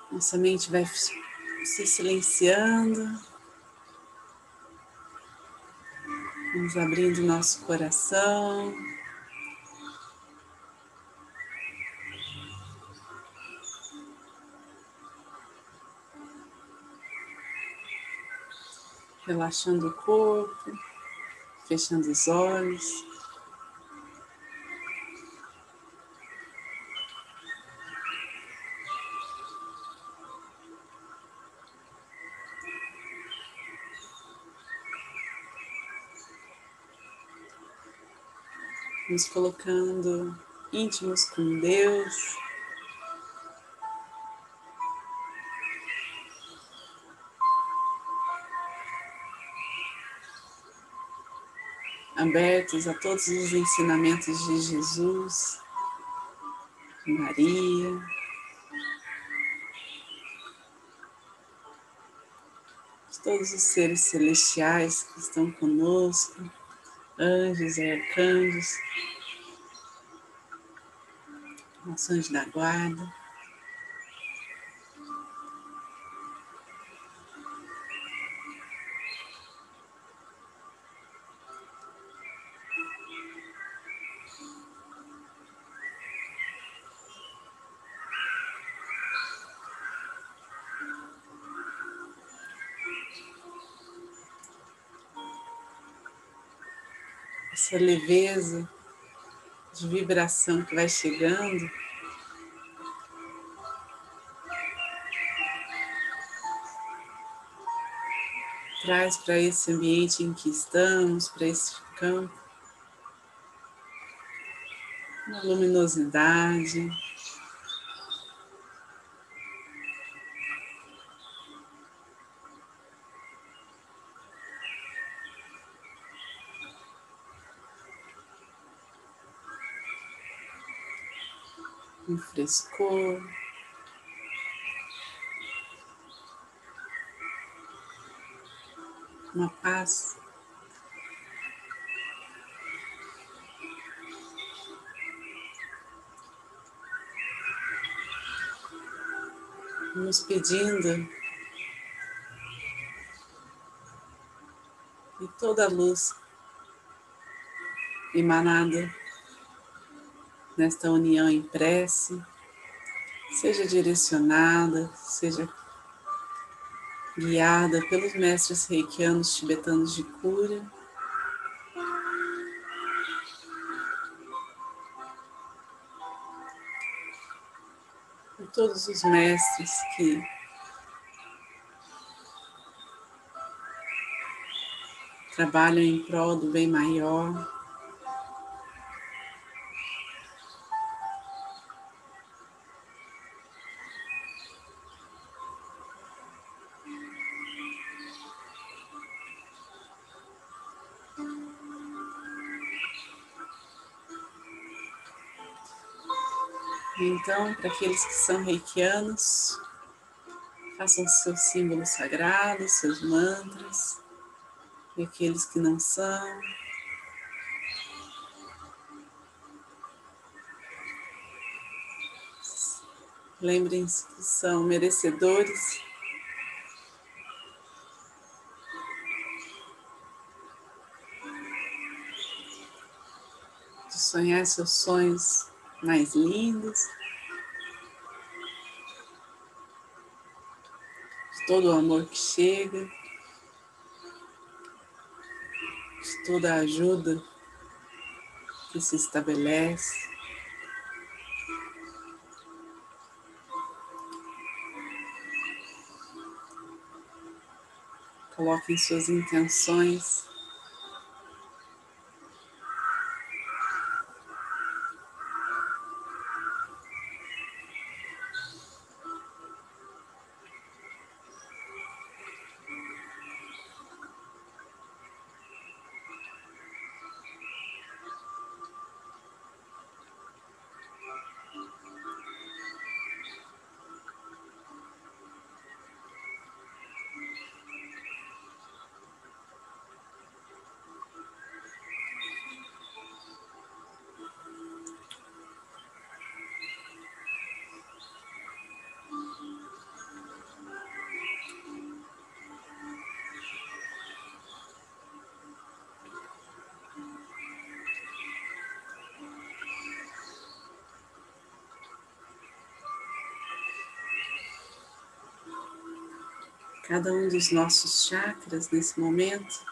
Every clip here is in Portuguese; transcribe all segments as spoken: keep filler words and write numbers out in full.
Nossa mente vai se silenciando. Vamos abrindo nosso coração. Relaxando o corpo, fechando os olhos. Nos colocando íntimos com Deus. Abertos a todos os ensinamentos de Jesus, de Maria, de todos os seres celestiais que estão conosco, anjos e arcanjos, nosso anjo da guarda. Essa leveza de vibração que vai chegando, traz para esse ambiente em que estamos, para esse campo, uma luminosidade, um frescor, uma paz. Nos pedindo que toda a luz emanada nesta união em prece seja direcionada, seja guiada pelos mestres reikianos tibetanos de cura. Por todos os mestres que trabalham em prol do bem maior. Então, para aqueles que são reikianos, façam seus símbolos sagrados, seus mantras. E aqueles que não são, lembrem-se que são merecedores de sonhar seus sonhos mais lindos, de todo o amor que chega, de toda a ajuda que se estabelece. Coloquem suas intenções cada um dos nossos chakras nesse momento.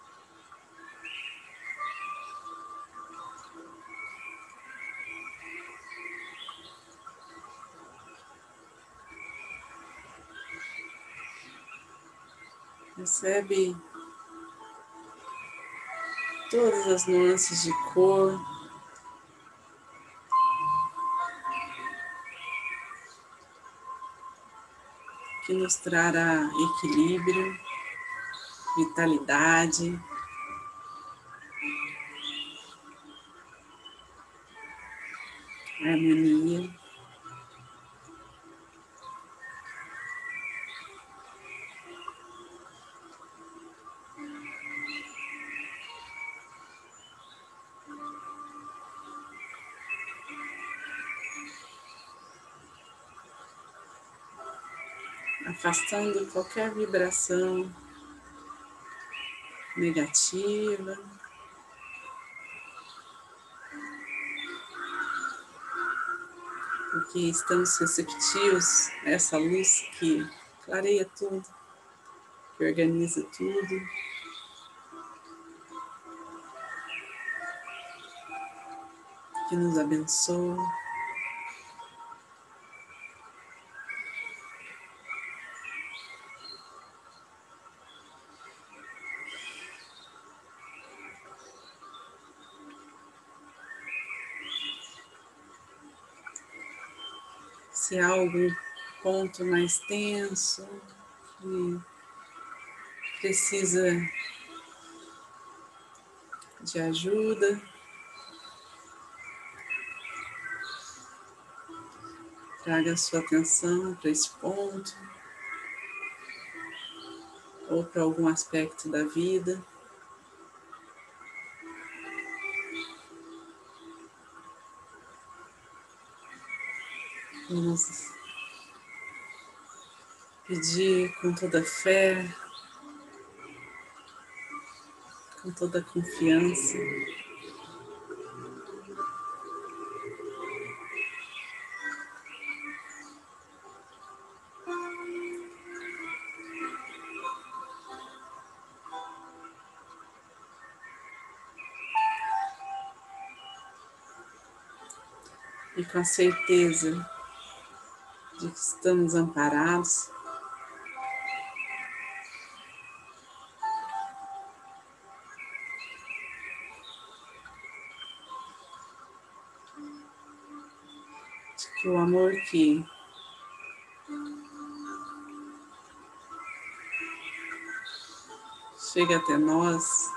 Percebe todas as nuances de cor, que nos trará equilíbrio, vitalidade, harmonia. Afastando qualquer vibração negativa. Porque estamos receptivos a essa luz que clareia tudo, que organiza tudo. Que nos abençoa. Se há algum ponto mais tenso, que precisa de ajuda, traga a sua atenção para esse ponto, ou para algum aspecto da vida. Vamos pedir com toda fé, com toda confiança. E com a certeza de que estamos amparados, de que o amor que chega até nós,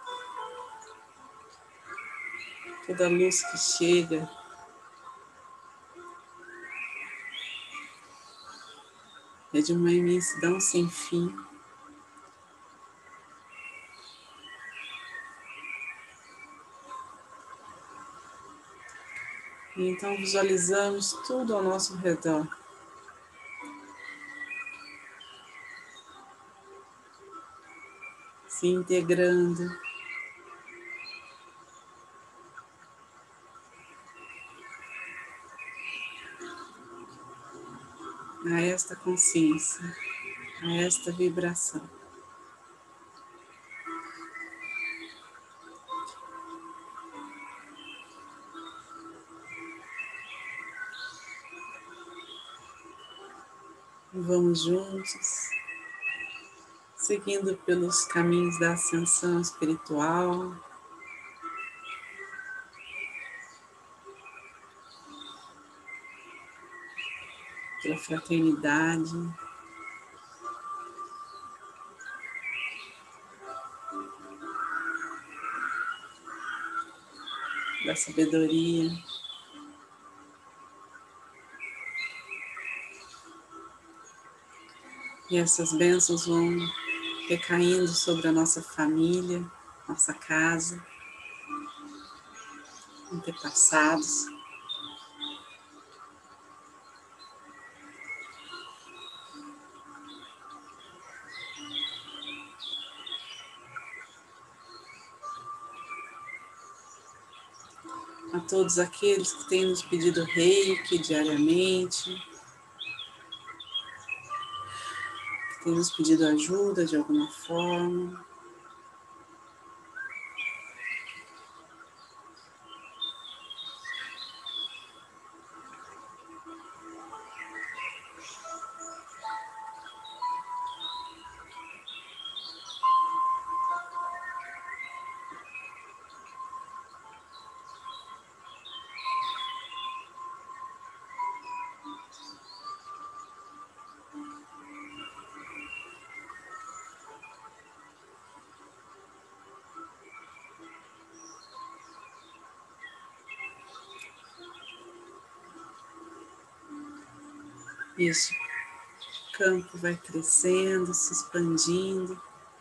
toda a luz que chega, é de uma imensidão sem fim. E então visualizamos tudo ao nosso redor. Se integrando a esta consciência, a esta vibração. E vamos juntos, seguindo pelos caminhos da ascensão espiritual, pela fraternidade, da sabedoria, e essas bênçãos vão recaindo sobre a nossa família, nossa casa, antepassados. A todos aqueles que têm nos pedido reiki diariamente, que tem nos pedido ajuda de alguma forma. Esse campo vai crescendo, se expandindo.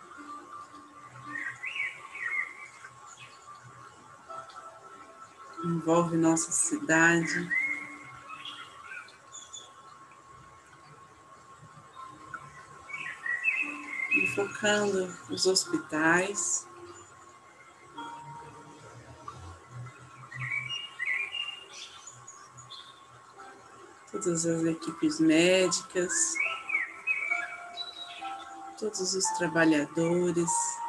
Envolve nossa cidade. Enfocando os hospitais. Todas as equipes médicas. Todos os trabalhadores.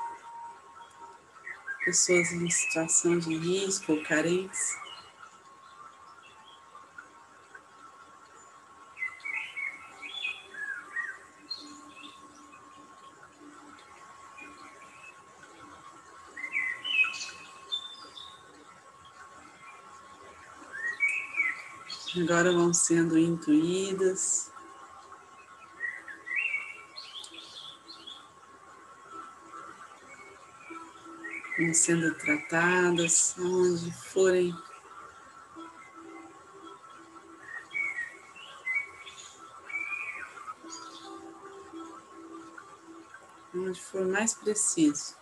Pessoas em situação de risco ou carência. Agora vão sendo intuídas. Vão sendo tratadas onde forem onde for mais preciso.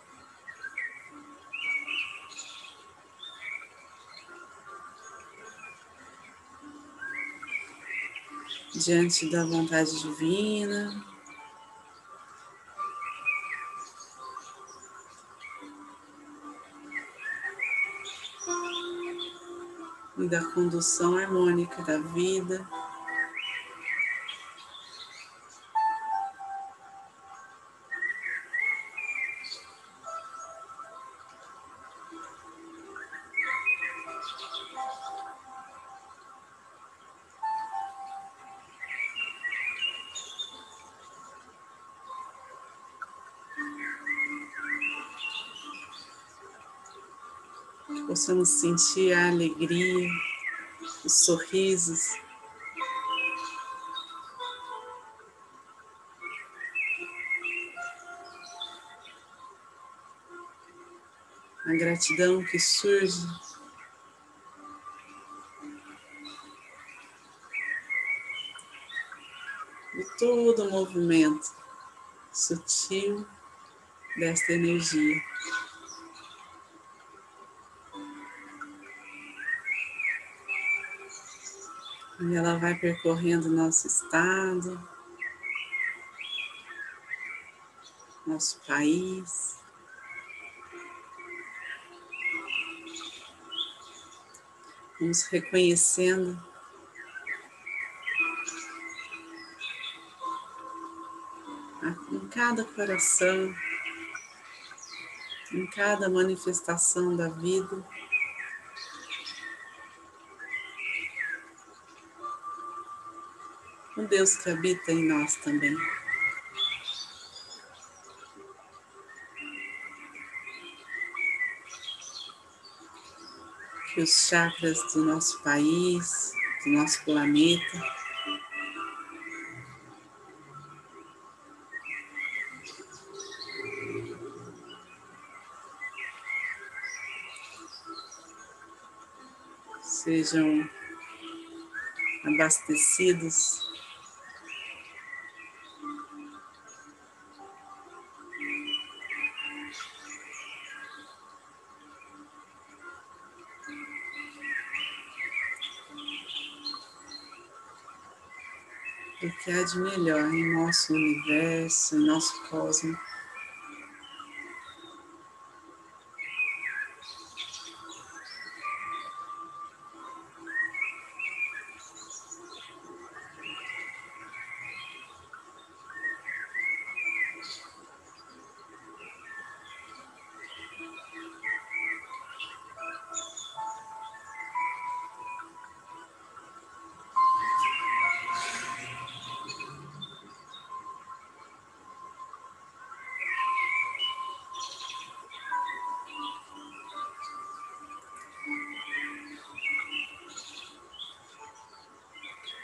Diante da vontade divina. E da condução harmônica da vida. Que possamos sentir a alegria, os sorrisos. A gratidão que surge de todo o movimento sutil desta energia. E ela vai percorrendo nosso estado, nosso país. Vamos reconhecendo em cada coração, em cada manifestação da vida, o Deus que habita em nós também. Que os chakras do nosso país, do nosso planeta, sejam abastecidos do que há de melhor em nosso universo, em nosso cosmos.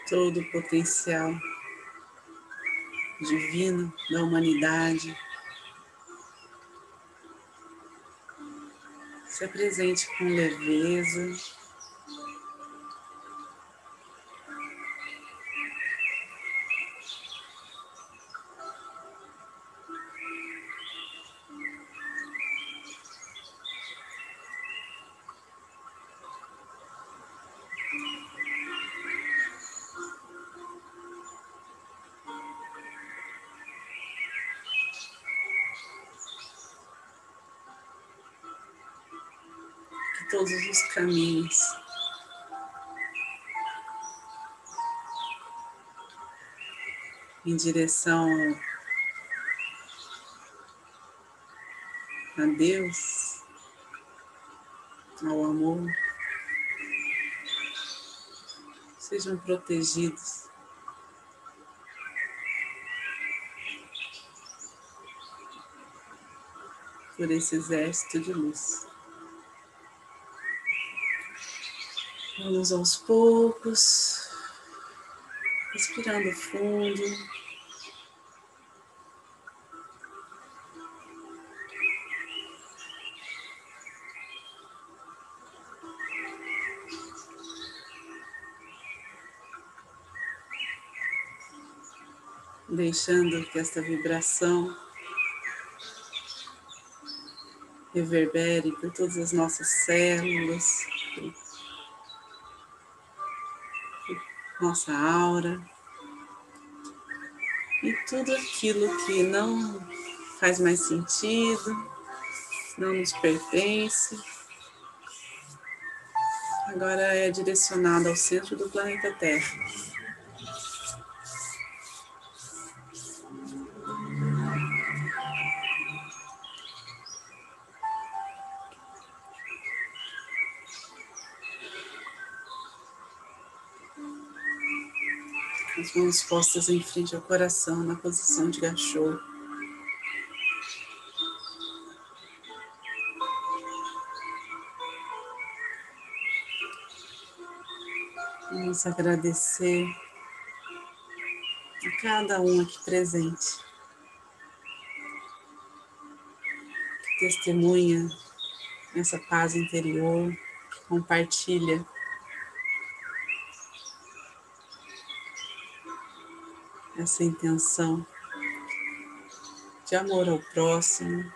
todo o potencial divino da humanidade. Se apresente com leveza. Que todos os caminhos em direção a Deus, ao amor, sejam protegidos por esse exército de luz. Vamos aos poucos, respirando fundo. Deixando que esta vibração reverbere por todas as nossas células, por nossa aura e tudo aquilo que não faz mais sentido, não nos pertence, agora é direcionado ao centro do planeta Terra. As mãos postas em frente ao coração, na posição de gachô. Vamos agradecer a cada um aqui presente, que testemunha essa paz interior, que compartilha essa intenção de amor ao próximo,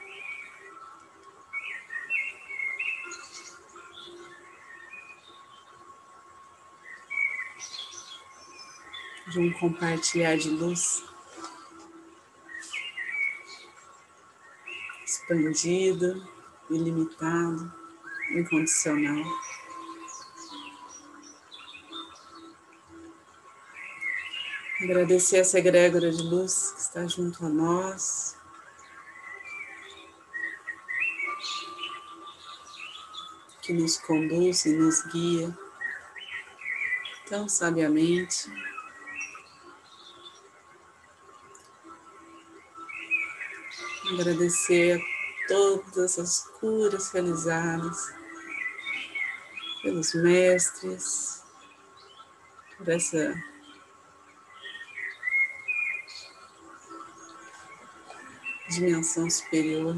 de um compartilhar de luz expandido, ilimitado, incondicional. Agradecer essa egrégora de luz que está junto a nós. Que nos conduz e nos guia tão sabiamente. Agradecer a todas as curas realizadas pelos mestres, por essa dimensão superior,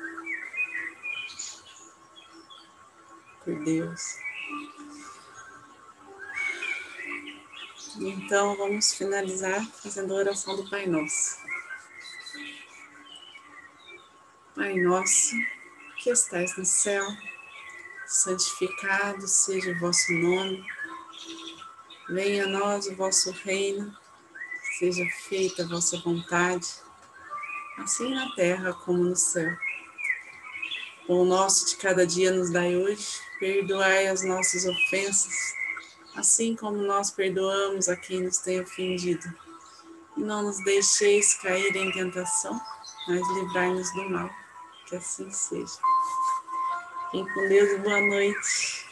por Deus. Então vamos finalizar fazendo a oração do Pai Nosso. Pai nosso, que estais no céu, santificado seja o vosso nome. Venha a nós o vosso reino, seja feita a vossa vontade, assim na terra como no céu. O pão nosso de cada dia nos dai hoje, perdoai as nossas ofensas, assim como nós perdoamos a quem nos tem ofendido. E não nos deixeis cair em tentação, mas livrai-nos do mal. Que assim seja. Fiquem com Deus e boa noite.